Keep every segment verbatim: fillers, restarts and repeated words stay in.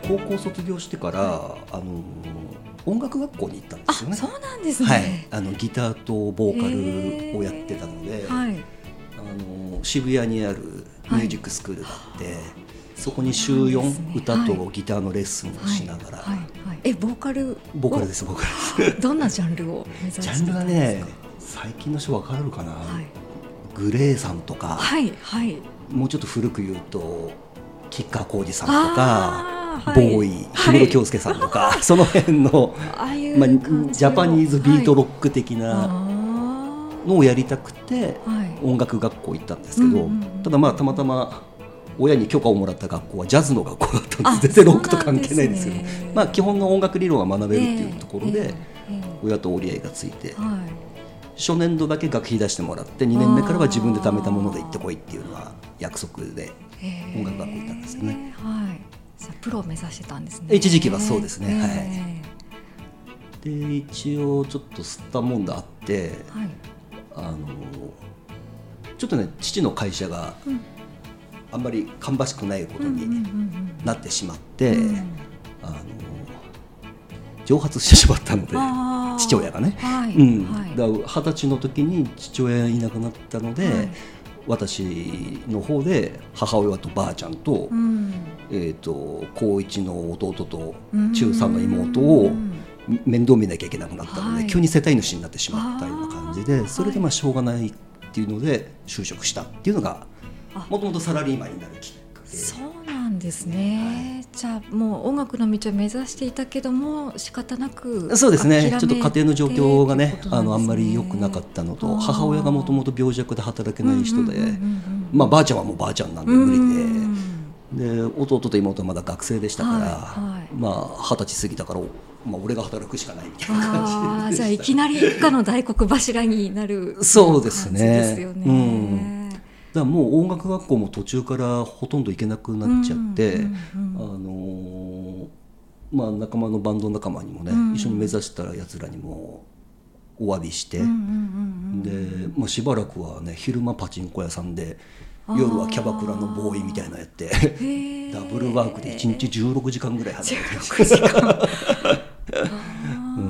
高校卒業してから、はい、あの音楽学校に行ったんですよね。 あ、そうなんですね、 はい、あのギターとボーカルをやってたので、はい、あの渋谷にあるミュージックスクールがあって、はい、そこに週よん、ね、歌とギターのレッスンをしながら、はいはいはい、 えボーカルボーカルですボーカルですどんなジャンルを目指してたんですか？ ジャンルがね、最近の人分かるかな、はい、グレーさんとか、はいはい、もうちょっと古く言うと吉川晃司さんとか、はい、ボーイ氷室京介さんとか、はい、その辺のああいうまあ、ジャパニーズビートロック的なのをやりたくて、はい、音楽学校行ったんですけど、うんうんうん、ただまあたまたま親に許可をもらった学校はジャズの学校だったんです。全然ロックと関係ないんですけど、ね、まあ、基本の音楽理論は学べるっていうところで、えーえー、親と折り合いがついて、はい、初年度だけ学費出してもらってにねんめからは自分で貯めたもので行ってこいっていうのは約束で音楽学校行ったんですよね、 えーはい、プロを目指してたんですね。 一時期はそうですね、えーはい、で一応ちょっと吸ったもんだあって、はい、あのちょっとね父の会社が、うんあんまり芳しくないことになってしまって、うんうんうんうん、あの蒸発してしまったので父親がね、はいうんはい、だからはたちの時に父親がいなくなったので、はい、私の方で母親とばあちゃんと、うんえー、と高いちの弟と中さんの妹を面倒見なきゃいけなくなったので、はい、急に世帯主になってしまったような感じで、それでまあしょうがないっていうので就職したっていうのがもともとサラリーマンになるきっかけ。 そうなんですね、はい、じゃあもう音楽の道を目指していたけども仕方なくそうですね、ちょっと家庭の状況が ね, ねあのあんまり良くなかったのと、母親がもともと病弱で働けない人で、まあ、ばあちゃんはもうばあちゃんなんで無理で、で弟と妹はまだ学生でしたから、はいはい、まあ二十歳過ぎたから、まあ、俺が働くしかないみたいな感じでした。 あじゃあいきなり一家の大黒柱になるそうですね、 ですよね、 うんだからもう音楽学校も途中からほとんど行けなくなっちゃって、うんうんうんあのーまあ、仲間のバンド仲間にもね、うん、一緒に目指したやつらにもお詫びして、うんうんうんうんでまあ、しばらくはね昼間パチンコ屋さんで夜はキャバクラのボーイみたいなのやってダブルワークでいちにちじゅうろくじかんぐらい働いてましたじゅうろくじかんあ、 うん、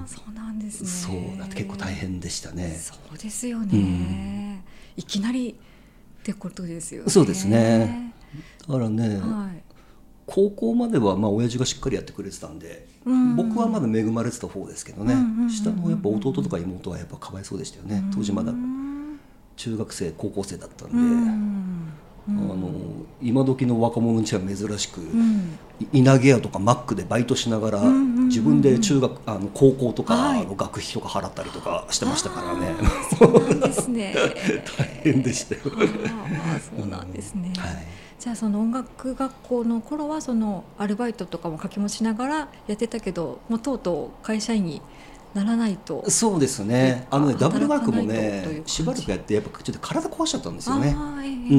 そうなんですね。 そうだって結構大変でしたね。 そうですよね、うん、いきなりってことですよね。 そうですね。だからね、はい、高校まではまあ親父がしっかりやってくれてたんで、うん、僕はまだ恵まれてた方ですけどね、うんうんうんうん、下のやっぱ弟とか妹はやっぱかわいそうでしたよね、うん、当時まだ中学生高校生だったんで、うんうん、あの今時の若者には珍しく、うん、稲毛屋とかマックでバイトしながら、うんうんうんうん、自分で中学あの高校とかの学費とか払ったりとかしてましたからね、はい、 そうなんですね大変でしたよあそうなんですね、うんはい、じゃあその音楽学校の頃はそのアルバイトとかも掛け持ちしながらやってたけど、もうとうとう会社員にならないと。 そうですね、あのねダブルワークもねしばらくやってやっぱちょっと体壊しちゃったんですよね、えーうん、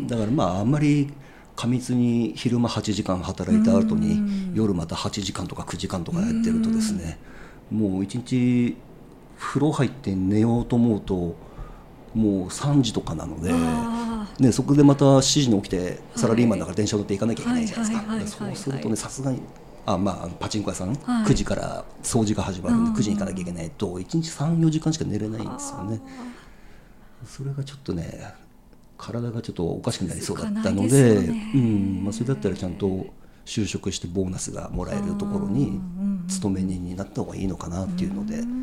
だからまああんまり過密に昼間はちじかん働いた後に夜またはちじかんとかくじかんとかやってるとですね、もう一日風呂入って寝ようと思うともうさんじとかなので、ね、そこでまたしちじに起きてサラリーマンだから電車乗って行かなきゃいけないじゃないですか。そうするとねさすがにあ、まあ、パチンコ屋さん、はい、くじから掃除が始まるんでくじに行かなきゃいけないといちにちさん、よじかんしか寝れないんですよね。それがちょっとね体がちょっとおかしくなりそうだったの で, で、ねうんまあ、それだったらちゃんと就職してボーナスがもらえるところに勤め人になった方がいいのかなっていうので、うん、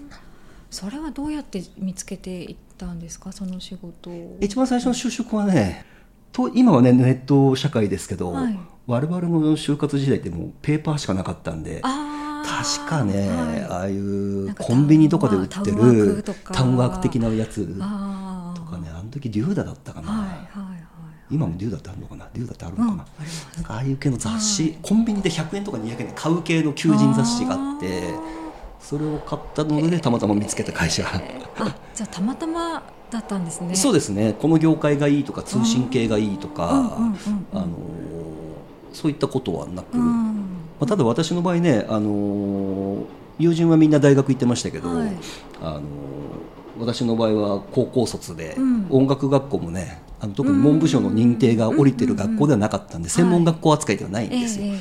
それはどうやって見つけていったんですか、その仕事を。 一番最初の就職はねと今はねネット社会ですけど、はい、我々の就活時代ってもうペーパーしかなかったんで、確かね、はい、ああいうコンビニとかで売ってるタウンワーク的なやつとかね、あの時デューダだったかな、はいはいはい、今もデューダってあるのかな、デューダってあるのかな、うん、なんかああいう系の雑誌、はい、コンビニでひゃくえんとかにひゃくえんで買う系の求人雑誌があって、それを買ったのでたまたま見つけた会社、えー、あじゃあたまたまだったんですね。 そうですね、この業界がいいとか通信系がいいとか、あのそういったことはなく、まあ、ただ私の場合ね、あの友人はみんな大学行ってましたけど、はい、あの私の場合は高校卒で、うん、音楽学校もねあの特に文部省の認定が下りてる学校ではなかったんで、専門学校扱いではないんですよ、はい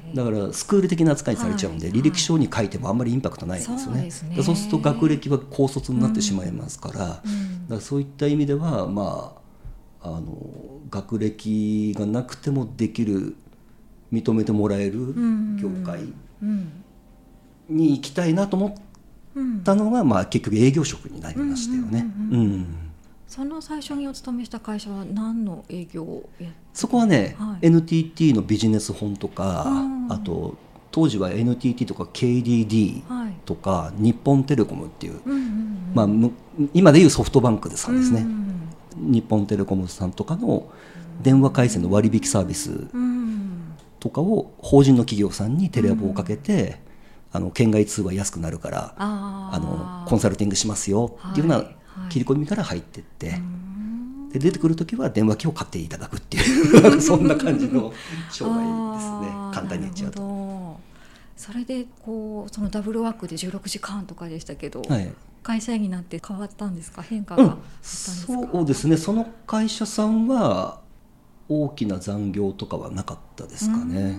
だからスクール的な扱いにされちゃうんで、はい、履歴書に書いてもあんまりインパクトないんですよね。 そうですね。そうすると学歴は高卒になってしまいますから、うん、だからそういった意味では、まあ、あの学歴がなくてもできる、認めてもらえる業界に行きたいなと思ったのが、まあ、結局営業職になりましたよね。 その最初にお勤めした会社は何の営業をやって？ そこはね、はい、エヌティーティー のビジネス本とか、あと当時は エヌティーティー とか ケーディーディー とか、はい、日本テレコムっていう、うんうんうん、まあ、今でいうソフトバンクでさんですね、うんうん、日本テレコムさんとかの電話回線の割引サービスとかを法人の企業さんにテレアポをかけて、うん、あの県外通話安くなるからああのコンサルティングしますよっていうような切り込みから入っていって、はい、で出てくるときは電話機を買っていただくっていうそんな感じの商売ですね、簡単に言っちゃうと。 それでこうそのダブルワークでじゅうろくじかんとかでしたけど、はい、会社員になって変わったんですか？変化があったんですか？ うん、そうですね。その会社さんは大きな残業とかはなかったですかね。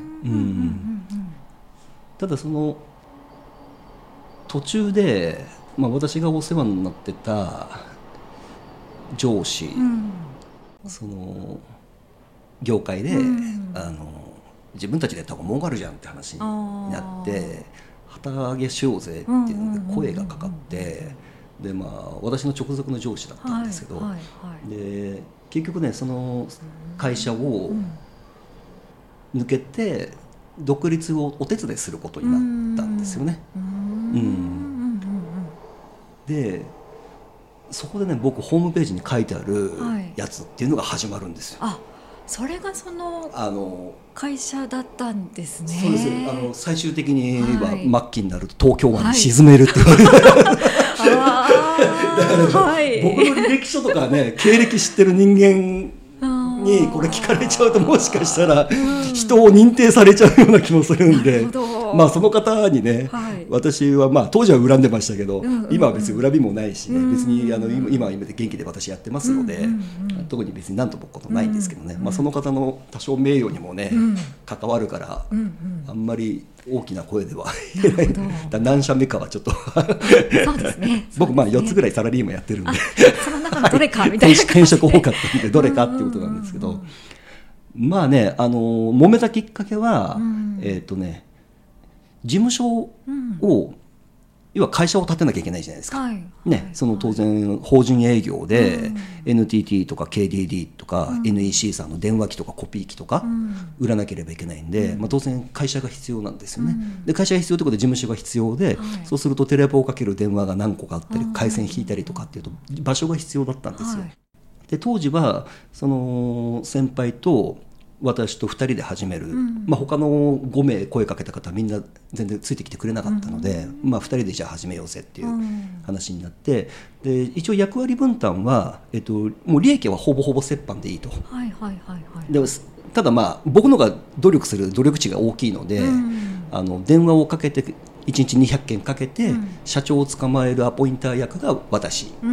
ただその途中で、まあ、私がお世話になってた上司、うん、その業界で、うん、あの自分たちでやった方が儲かるじゃんって話になって旗揚げしようぜっていうので声がかかって、で、まあ、私の直属の上司だったんですけど、はいはいはい、で結局ねその会社を抜けて独立をお手伝いすることになったんですよね。うんうん、でそこでね僕ホームページに書いてあるやつっていうのが始まるんですよ。 あ、それがその会社だったんですね。 そうです。あの最終的には末期になると東京湾に沈めるって言われて、はい、だから、はい、僕の履歴書とかね経歴知ってる人間にこれ聞かれちゃうともしかしたら人を認定されちゃうような気もするんで、まあその方にね、はい、私はまあ当時は恨んでましたけど、うんうんうん、今は別に恨みもないしね、うんうん、別にあの今は今で元気で私やってますので、うんうんうん、特に別に何ともことないんですけどね、うんうん、まあ、その方の多少名誉にもね、うん、関わるから、うんうん、あんまり大きな声では言えない。だ何社目かはちょっとそうですね、僕まあよっつぐらいサラリーマンやってるんでその中のどれかみたいな転職多かったんでどれかっていうことなんですけど、まあね、あの揉めたきっかけは、うん、えっとね事務所を、うん、要は会社を建てなきゃいけないじゃないですか、はいね、はい、その当然法人営業で、うん、エヌティーティー とか ケーディーディー とか、うん、エヌイーシー さんの電話機とかコピー機とか、うん、売らなければいけないんで、うん、まあ、当然会社が必要なんですよね、うん、で会社が必要ということで事務所が必要で、はい、そうするとテレポをかける電話が何個かあったり、うん、回線引いたりとかっていうと場所が必要だったんですよ、はい、で当時はその先輩と私とふたりで始める、うん、まあ、他のごめい声かけた方はみんな全然ついてきてくれなかったので、うん、まあ、ふたりでじゃあ始めようぜっていう話になって、うん、で一応役割分担は、えっと、もう利益はほぼほぼ折半でいいと、はいはいはいはい、でただまあ僕のが努力する努力値が大きいので、うん、あの電話をかけていちにちにひゃっけんかけて、うん、社長を捕まえるアポインター役が私、うん、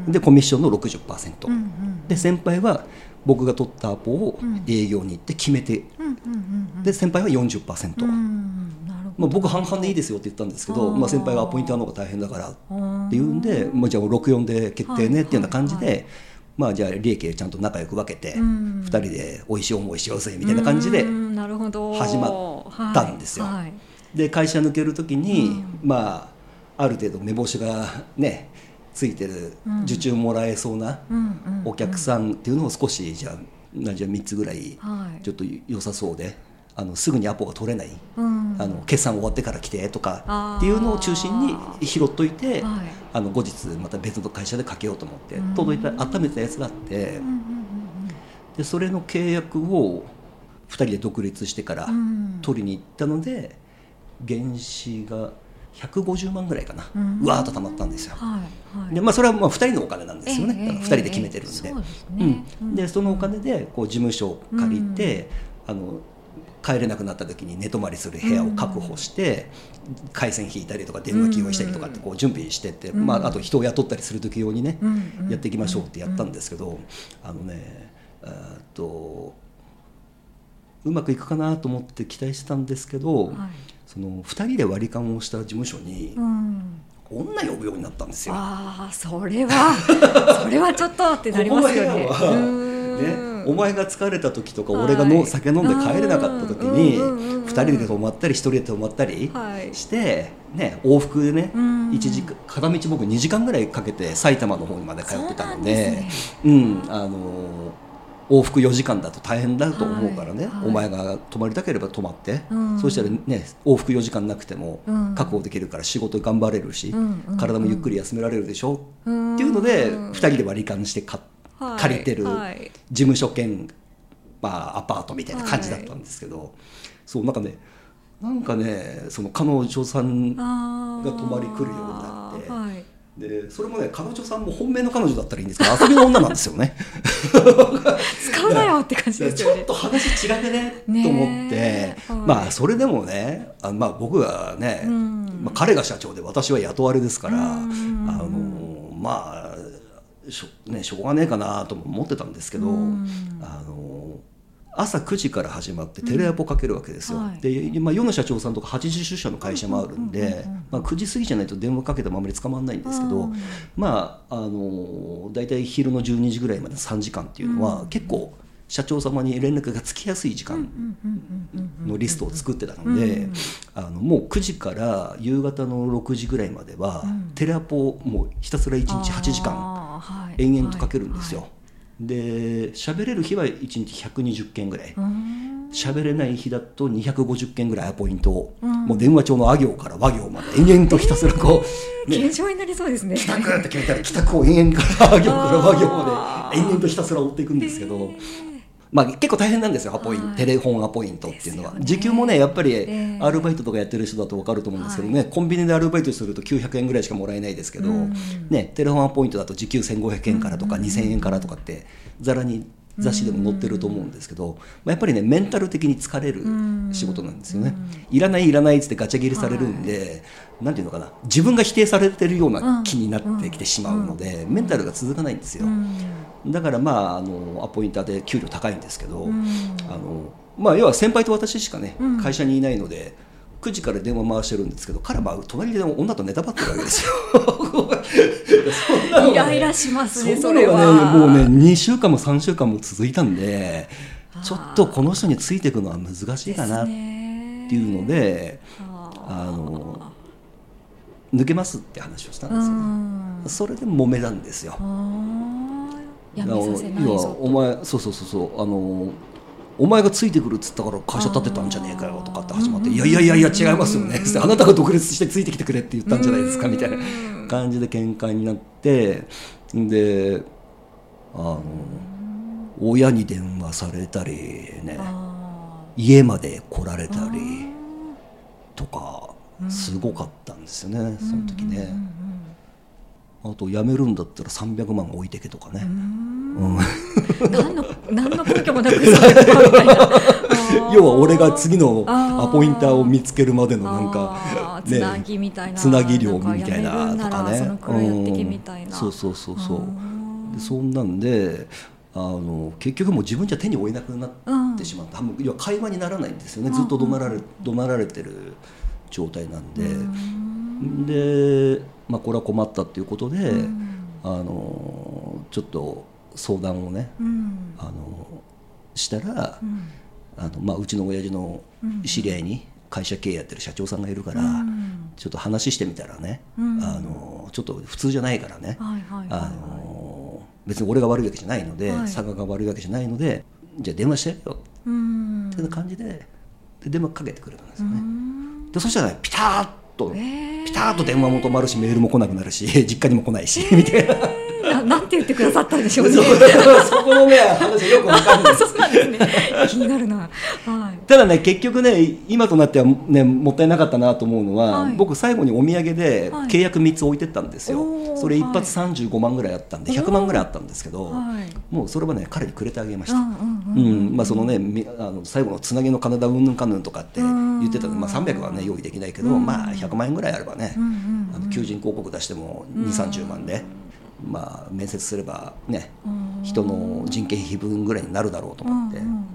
でコミッションの ろくじゅっパーセント、うんうん、で先輩は僕が取ったアポを営業に行って決めて、うん、で先輩は よんじゅっパーセント、うん、まあ、僕半々でいいですよって言ったんですけど、まあ、先輩はアポインターの方が大変だからっていうんで、まあ、じゃあろくよんで決定ねっていうような感じで、はいはいはい、まあ、じゃあ利益ちゃんと仲良く分けて、うん、ふたりでおいしい思いしようぜみたいな感じで始まったんですよ、はいはい、で会社抜けるときに、うん、まあ、ある程度目星がねついてる受注もらえそうなお客さんっていうのを少しじゃあ、じゃあみっつぐらいちょっと良さそうで、あのすぐにアポが取れない、うん、あの決算終わってから来てとかっていうのを中心に拾っといて、はい、あの後日また別の会社でかけようと思って届いた温めたやつがあって、うん、でそれの契約をふたりで独立してから取りに行ったので原資がひゃくごじゅうまんぐらいかな、うん、うわーっとたまったんですよ、はいはい、でまあ、それはまあふたりのお金なんですよね、えー、ふたりで決めてるんで、えーえー そ, うね、うん、でそのお金でこう事務所を借りて、うん、あの帰れなくなった時に寝泊まりする部屋を確保して、うん、回線引いたりとか電話機用意したりとかってこう準備してって、うん、まあ、あと人を雇ったりする時用にね、うん、やっていきましょうってやったんですけど、あのね、あとうまくいくかなと思って期待してたんですけど、はい、そのふたりで割り勘をした事務所に、うん、女呼ぶようになったんですよ。 ああ、それはそれはちょっとってなりますよね。 ね、お前が疲れた時とか、はい、俺がの酒飲んで帰れなかった時にふたりで泊まったりひとりで泊まったりして、はいね、往復でねいちじかん片道僕にじかんぐらいかけて埼玉の方にまで通ってたので、ね、うん、あの往復よじかんだと大変だと思うからね、はいはい、お前が泊まりたければ泊まって、うん、そうしたらね往復よじかんなくても確保できるから仕事頑張れるし、うん、体もゆっくり休められるでしょ、うん、っていうのでふたりで割り勘して買って、はい、借りてる事務所兼、まあ、アパートみたいな感じだったんですけど、はい、そうなんかねなんかねその彼女さんが泊まり来るようになって、はい、でそれもね彼女さんも本命の彼女だったらいいんですけど遊びの女なんですよね使うなよって感じですよね。 ちょっと話違くねと思って、はい、まあそれでもねあ、まあ、僕はね、まあ、彼が社長で私は雇われですから、あのまあしょ,、ね、しょうがねえかなとも思ってたんですけど、あの朝くじから始まってテレアポかけるわけですよ、うんはい、で、まあ、世の社長さんとかはちじ出社の会社もあるんで、まあ、くじ過ぎじゃないと電話かけてもあまり捕まらないんですけど、うん、まああのだいたい昼のじゅうにじぐらいまでさんじかんっていうのは、うん、結構社長様に連絡がつきやすい時間のリストを作ってたので、あのもうくじから夕方のろくじぐらいまでは、うん、テレアポをもうひたすらいちにちはちじかん延々とかけるんですよ、はいはいはい、で喋れる日はいちにちひゃくにじゅっけんぐらい、喋れない日だとにひゃくごじゅっけんぐらいアポイントを、うん、もう電話帳のあ行から和行まで延々とひたすらこう、ね、現象になりそうですね。 帰宅って決めたら帰宅を延々からあ行から和行まで延々とひたすら追っていくんですけど、まあ、結構大変なんですよアポイント、はい、テレフォンアポイントっていうのは、ね、時給もねやっぱりアルバイトとかやってる人だと分かると思うんですけどね、はい、コンビニでアルバイトするときゅうひゃくえんぐらいしかもらえないですけど、うんね、テレフォンアポイントだと時給せんごひゃくえんからとかにせんえんからとかってざらに雑誌でも載ってると思うんですけど、まあ、やっぱりねメンタル的に疲れる仕事なんですよね。いらないいらないっつってガチャ切りされるんで、はい、なんていうのかな自分が否定されてるような気になってきてしまうので、メンタルが続かないんですよ。だからまああのアポインターで給料高いんですけど、あのまあ要は先輩と私しかね会社にいないのでくじから電話回してるんですけど、彼はまあ隣で女とネタばってるわけですよイライラしますね。 それはねもうねにしゅうかんもさんしゅうかんも続いたんで、ちょっとこの人についていくのは難しいかなっていうので、あの抜けますって話をしたんですよね。それで揉めたんですよ。 やめさせないぞと。 お前そうそうそうそうあのお前がついてくるっつったから会社建てたんじゃねえかよとかって始まって、いやいやいやいや違いますよね、あなたが独立してついてきてくれって言ったんじゃないですかみたいな感じで喧嘩になって、であの親に電話されたりね、家まで来られたりとかすごかったんですよね、その時ね。あと辞めるんだったらさんびゃくまん置いてけとかね、うん、 何の何の根拠もなくそういうことみたいな要は俺が次のアポインターを見つけるまでのなんか、 ね、つなぎみたいな、 つなぎ料みたいなとかね、 そのくらいやってけみたいな、 うん、そうそうそうそうでそんなんであの結局もう自分じゃ手に負えなくなってしまった、うん、要は会話にならないんですよね、ずっと怒鳴られ、怒鳴られてる状態なんで、うんでまあ、これは困ったっていうことで、うん、あのちょっと相談をね、うん、あのしたら、うんあのまあ、うちの親父の知り合いに会社経営やってる社長さんがいるから、うん、ちょっと話してみたらね、うん、あのちょっと普通じゃないからね、はいはいはいはい、あの別に俺が悪いわけじゃないので、はい、佐賀が悪いわけじゃないのでじゃあ電話してやるよ、うん、っていう感じで、で電話かけてくれたんですよね、うん、でそしたら、ね、ピタッと、えー、ピタッと電話も止まるしメールも来なくなるし実家にも来ないし、えー、みたいなな, なんて言ってくださったんでしょうね。 そこのね話はよく分かんないです。 そうなんですね。気になるな。はい。 ただね結局ね今となってはねもったいなかったなと思うのは、はい、僕最後にお土産で契約みっつ置いてったんですよ。はい、それ一発さんじゅうごまんぐらいあったんでひゃくまんぐらいあったんですけど、はい、もうそれはね彼にくれてあげました。うんまあそのねあの最後のつなぎの金田うんぬんかんぬんとかって言ってたので、まあさんびゃくはね用意できないけど、まあひゃくまんえんぐらいあればね、あの求人広告出してもにじゅうさんじゅうまんで。まあ、面接すればね人の人件費分ぐらいになるだろうと思って、うんうんうん、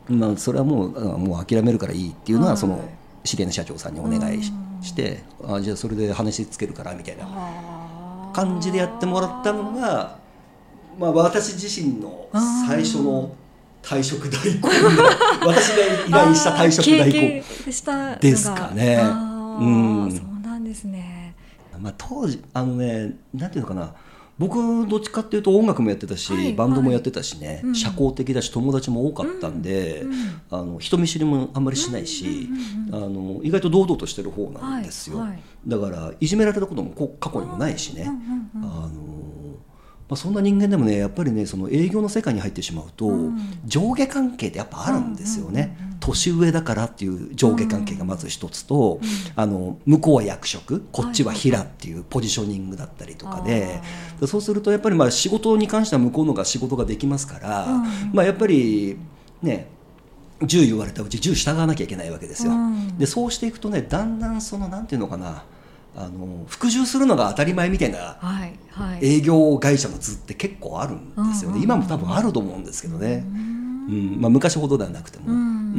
まあ、それはもう、もう諦めるからいいっていうのはその知り合いの社長さんにお願い し,、して、あじゃあそれで話つけるからみたいな感じでやってもらったのが、まあ、私自身の最初の退職代行私が依頼した退職代行ですかね。 うん、そうなんですね。 まあ、当時あのね、なんていうのかな、僕どっちかっていうと音楽もやってたし、はい、バンドもやってたしね、はい、社交的だし友達も多かったんで、うんうん、あの人見知りもあんまりしないし、うんうんうん、あの意外と堂々としてる方なんですよ、はいはい、だからいじめられたことも過去にもないしね、うんうんうん、あのまあ、そんな人間でもねやっぱりねその営業の世界に入ってしまうと、うん、上下関係ってやっぱあるんですよね、うんうんうんうん、年上だからっていう上下関係がまず一つと、うん、あの向こうは役職こっちは平っていうポジショニングだったりとかで、はいはい、そうするとやっぱりまあ仕事に関しては向こうのが仕事ができますから、うん、まあ、やっぱりねじゅう言われたうちじゅう従わなきゃいけないわけですよ、うん、でそうしていくとねだんだんそのなんていうのかな、あの服従するのが当たり前みたいな営業会社の図って結構あるんですよね、今も多分あると思うんですけどね、うん、まあ、昔ほどではなくても、うんうん、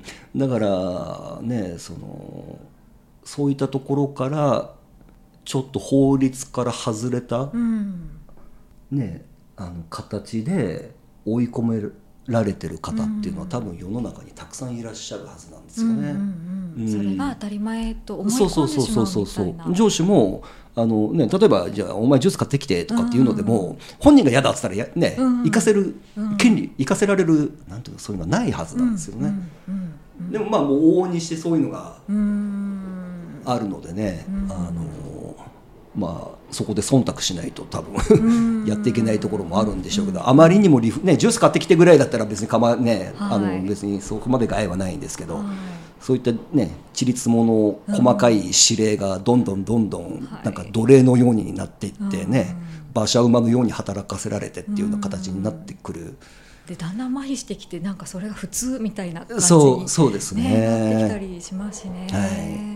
だからね そのそういったところからちょっと法律から外れた、うんね、あの形で追い込められてる方っていうのは多分世の中にたくさんいらっしゃるはずなんですよね、うんうんうん、 それが当たり前と思い込んでしまうみたいな。 上司もあの、ね、例えばじゃあお前ジュース買ってきてとかっていうのでも、うん、本人が嫌だって言ったらね、うん、行かせる権利、行かせられるなんていうのそういうのはないはずなんですよね、うんうんうん、でもまあもう往々にしてそういうのがあるのでね、うん、あのまあ、そこで忖度しないと多分やっていけないところもあるんでしょうけど、あまりにもリフ、ね、ジュース買ってきてぐらいだったら別にかま、ね、はい、あの別にそこまで害はないんですけど、はい、そういったねちりつもの細かい指令がどんどんどんどんなんか奴隷のようになっていってね、馬車馬のように働かせられてっていうような形になってくる。 でだんだん麻痺してきてなんかそれが普通みたいな感じに、 そうそうですね、 ね、なってきたりしますしね、はい、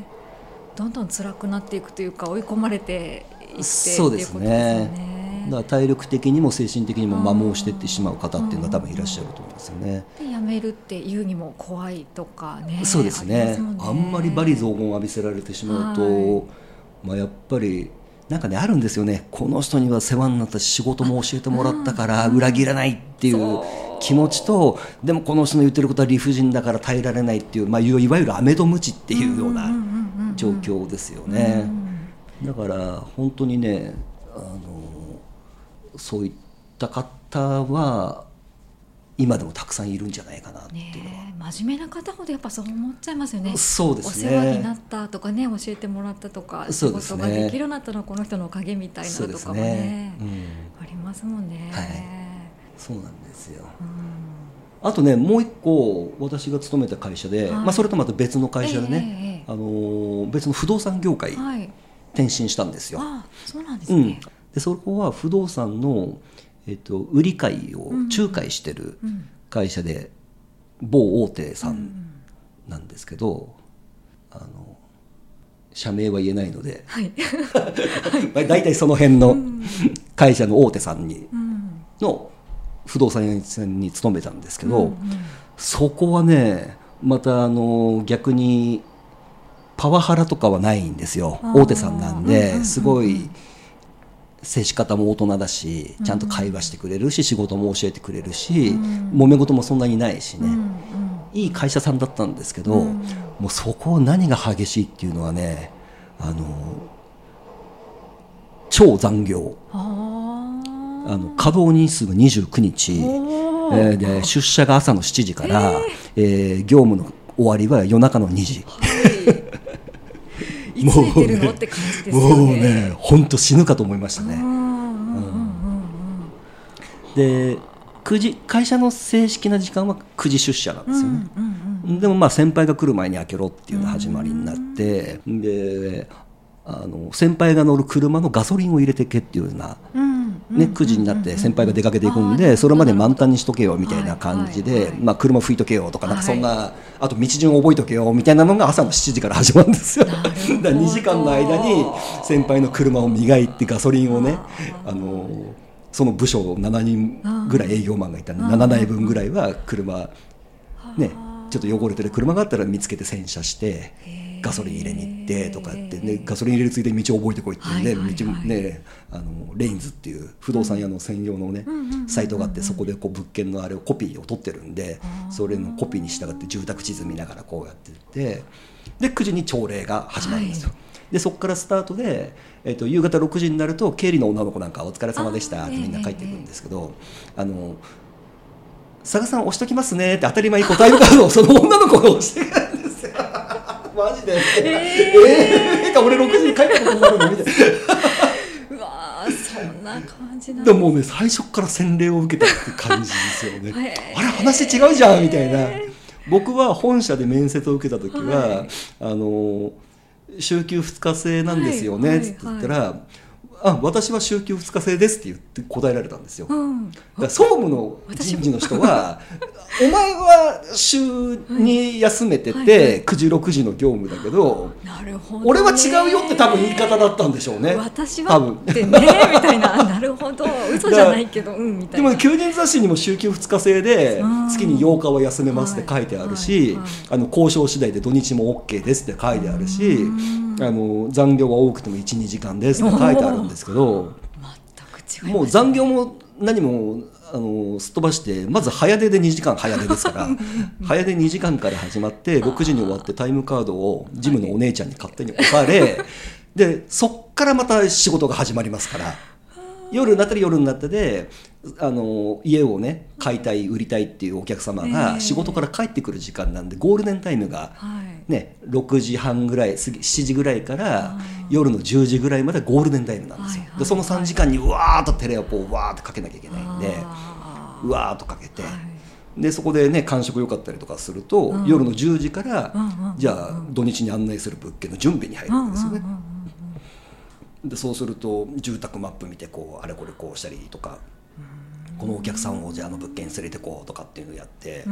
どんどん辛くなっていくというか追い込まれていってっていうことですよね。そうですね。 だから体力的にも精神的にも摩耗していってしまう方っていうのは多分いらっしゃると思いますよね。 で辞めるっていうにも怖いとかね。 そうですね。あんまり罵詈雑言を浴びせられてしまうと、はい、まあ、やっぱりなんかねあるんですよね。この人には世話になったし仕事も教えてもらったから裏切らないっていう気持ちと、でもこの人の言ってることは理不尽だから耐えられないっていう、まあ、いわゆるアメドムチっていうような状況ですよね。だから本当にね、あのそういった方は今でもたくさんいるんじゃないかなっていうのは、 ね、真面目な方ほどやっぱそう思っちゃいますよね。 そうですね。 お世話になったとかね、教えてもらったとか、仕事ができるようになったのはこの人のおかげみたいなのとかも ね, ね、うん、ありますもんね、 はい、そうなんですよ、うん、あとねもう一個私が勤めた会社で、はい、まあ、それとまた別の会社でね、えーえー、あの別の不動産業界、はい、転身したんですよ。 ああ、そうなんですね、うん、 でそこは不動産の、えっと、売り買いを仲介してる会社で、うん、某大手さんなんですけど、あの社名は言えないので、はいだいたいその辺の会社の大手さんにの不動産屋さんに勤めたんですけど、うんうん、そこはねまたあの逆にパワハラとかはないんですよ。大手さんなんで、すごい接し方も大人だし、ちゃんと会話してくれるし、仕事も教えてくれるし、揉め事もそんなにないしね、いい会社さんだったんですけど、もうそこ何が激しいっていうのはね、あの超残業、あの稼働日数がにじゅうくにち、えー、で出社が朝のしちじから、えー、業務の終わりは夜中のにじ、 いつ寝てるのって感じですよね。 もうね、本当死ぬかと思いましたね。うん、でくじ会社の正式な時間はくじ出社なんですよね、うんうんうん、でもまあ先輩が来る前に開けろっていうのが始まりになって、うん、であの先輩が乗る車のガソリンを入れてけっていうような、うんね、くじになって先輩が出かけていくんで、それまで満タンにしとけよみたいな感じで、はいはいはい、まあ、車拭いとけよとか、なんかそんな、はい、あと道順覚えとけよみたいなのが朝のしちじから始まるんですよ。だからにじかんの間に先輩の車を磨いてガソリンをね、あのその部署ななにんぐらい営業マンがいたんでななだいぶんぐらいは車ね、ちょっと汚れてる車があったら見つけて洗車してガソリン入れに行ってとかって、ね、ガソリン入れるついでに道を覚えてこいっていうね、はいはいはい、道ね、あのレインズっていう不動産屋の専用のね、うん、サイトがあって、そこでこう物件のあれをコピーを取ってるんで、それのコピーに従って住宅地図見ながらこうやってってでくじに朝礼が始まるんですよ、はい、でそこからスタートで、えー、と夕方ろくじになると経理の女の子なんかお疲れ様でしたってみんな帰ってくるんですけど、あの佐賀さん押しときますねって当たり前に答えるカードをその女の子が押してくるんですよマジでえー、えー、俺ろくじに帰ったことになるのみたいなうわそんな感じなんでもうね最初から洗礼を受けたって感じですよねあれ話違うじゃんみたいな。僕は本社で面接を受けた時は、はい、あの週休ふつか制なんですよねって言ったら、はいはいはい、あ私は週休ふつか制ですって言って答えられたんですよ、うん、だから総務の人事の人はお前は週に休めてて、はいはいはい、くじろくじの業務だけど、 なるほどね、 俺は違うよって多分言い方だったんでしょうね。 私はってねみたいななるほど嘘じゃないけどうんみたいな。 でも求人雑誌にも週休ふつか制で月にようかは休めますって書いてあるし、はいはいはい、あの交渉次第で土日も OK ですって書いてあるし、あの残業は多くても いちにじかんですって書いてあるんですけど、 全く違いますね。 もう残業も何もあのすっ飛ばしてまず早出でにじかん早出ですから早出にじかんから始まってろくじに終わってタイムカードをジムのお姉ちゃんに勝手に押されでそっからまた仕事が始まりますから、夜になったら夜になったであの家をね買いたい売りたいっていうお客様が仕事から帰ってくる時間なんで、ゴールデンタイムが、ね、ろくじはんぐらいしちじぐらいから夜のじゅうじぐらいまでゴールデンタイムなんですよ。でそのさんじかんにうわーっとテレアポをわーっとかけなきゃいけないんでうわーっとかけて、でそこでね感触良かったりとかすると、うん、夜のじゅうじから、うんうん、じゃあ土日に案内する物件の準備に入るんですよね、うんうんうんうん、でそうすると住宅マップ見てこうあれこれこうしたりとか、このお客さんをじゃああの物件に連れてこうとかっていうのをやって、うん、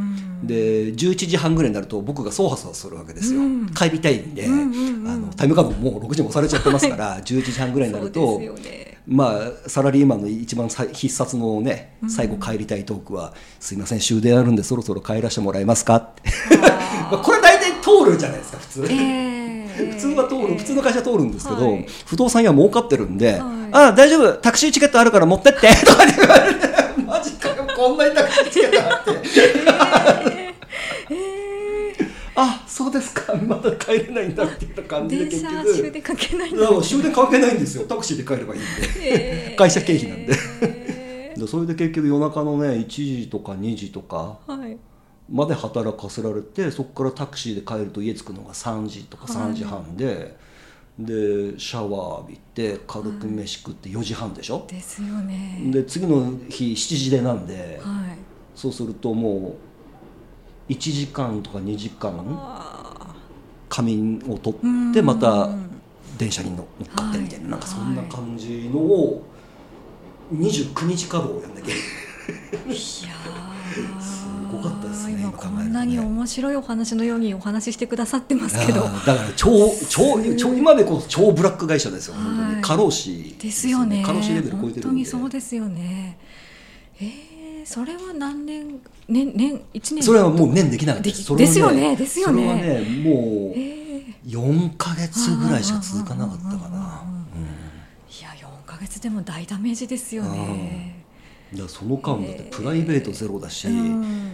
でじゅういちじはんぐらいになると僕がそうはそうするわけですよ、うん、帰りたいんで、うんうんうん、あのタイムカードももうろくじに押されちゃってますから、はい、じゅういちじはんぐらいになると、ね、まあサラリーマンの一番必殺のね最後帰りたいトークは、うん、すいません終電あるんでそろそろ帰らせてもらえますかってこれ大体通るじゃないですか普通、えー、普通は通る、普通の会社通るんですけど、はい、不動産屋儲かってるんで、はい、あ大丈夫タクシーチケットあるから持ってってとかって言われてマジかよこんなにタクシーチケットあって、えーえー、あそうですかまだ帰れないんだっていう感じで結局電車終電かけないんだ、 ね、終電かけないんですよ、タクシーで帰ればいいんで、えー、会社経費なんで、えー、でそれで結局夜中のねいちじとかにじとかまで働かせられて、そこからタクシーで帰ると家着くのがさんじとかさんじはんで、はいでシャワー浴びて軽く飯食ってよじはんでしょ、 ですよね。 で次の日しちじでなんで、はい、そうするともういちじかんとかにじかん仮眠を取ってまた電車に乗っかってみたいな、はい、なんかそんな感じのをにじゅうくにち稼働をやんなきゃいけないいやすごかったですね。 今こんなに面白いお話のようにお話ししてくださってますけど、 だから超超超今でこそ超ブラック会社ですよ、はい、本当に過労死ですよね。 過労死レベル超えてるんで。 本当にそうですよね。えー、それは何年年年いちねんそれはもう年できなかったです。それはね、 ですよねですよね。 それはねもうよんかげつぐらいしか続かなかったかな。 いやよんかげつでも大ダメージですよね。 だからその間だってプライベートゼロだし、えーうん、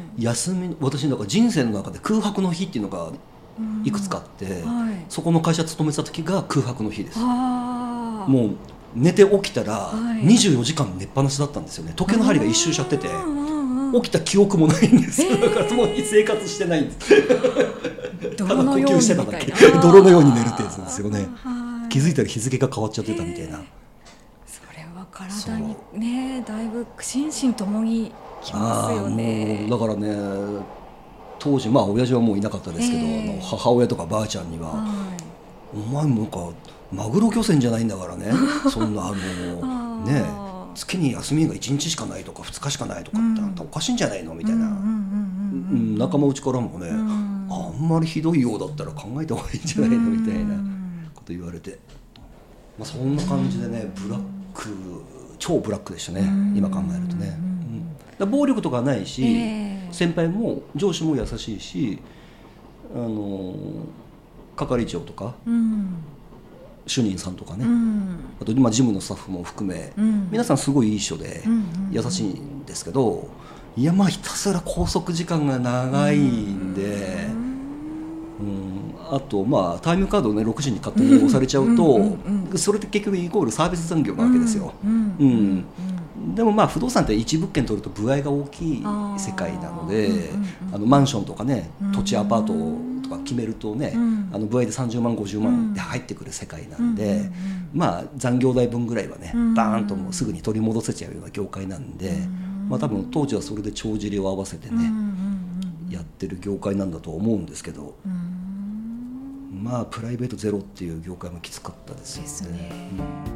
休み私なんか人生の中で空白の日っていうのがいくつかあって、うんはい、そこの会社勤めてた時が空白の日です。もう寝て起きたらにじゅうよじかん寝っぱなしだったんですよね。時計の針が一周しちゃってて起きた記憶もないんですよ、えー、だからその日生活してないんですただ呼吸してただけ泥のように寝るってやつですよね。気づいたら日付が変わっちゃってたみたいな、えー体にねだいぶ心身ともにきますよね。 もうだからね当時まあ親父はもういなかったですけど、えー、あの母親とかばあちゃんには、はい、お前もなんかマグロ漁船じゃないんだからねそんなあのね月に休みがいちにちしかないとかふつかしかないとかってあんたおかしいんじゃないのみたいな仲間内からもね、うん、あんまりひどいようだったら考えた方がいいんじゃないのみたいなこと言われて、まあ、そんな感じでねブラック超ブラックでしたね今考えるとね、うん、だ暴力とかないし、え先輩も上司も優しいし、あの係長とか、うん、主任さんとかね、うん、あと今事務のスタッフも含め、うん、皆さんすごいいい人で優しいんですけど、いやまあひたすら拘束時間が長いんで、うん、あとまあタイムカードをねろくじに勝手に押されちゃうと、それって結局イコールサービス残業なわけですよ。うんうんうん、でもまあ不動産って一物件取ると歩合が大きい世界なので、うんうんうん、あのマンションとかね、土地アパートとか決めるとね、うん、あの歩合でさんじゅうまんごじゅうまんで入ってくる世界なんで、うんうんうん、まあ残業代分ぐらいはね、うん、バーンともうすぐに取り戻せちゃうような業界なんで、うん、まあ多分当時はそれで帳尻を合わせてね、うんうんうん、やってる業界なんだと思うんですけど、うん、まあプライベートゼロっていう業界もきつかったですよね。ですね。うん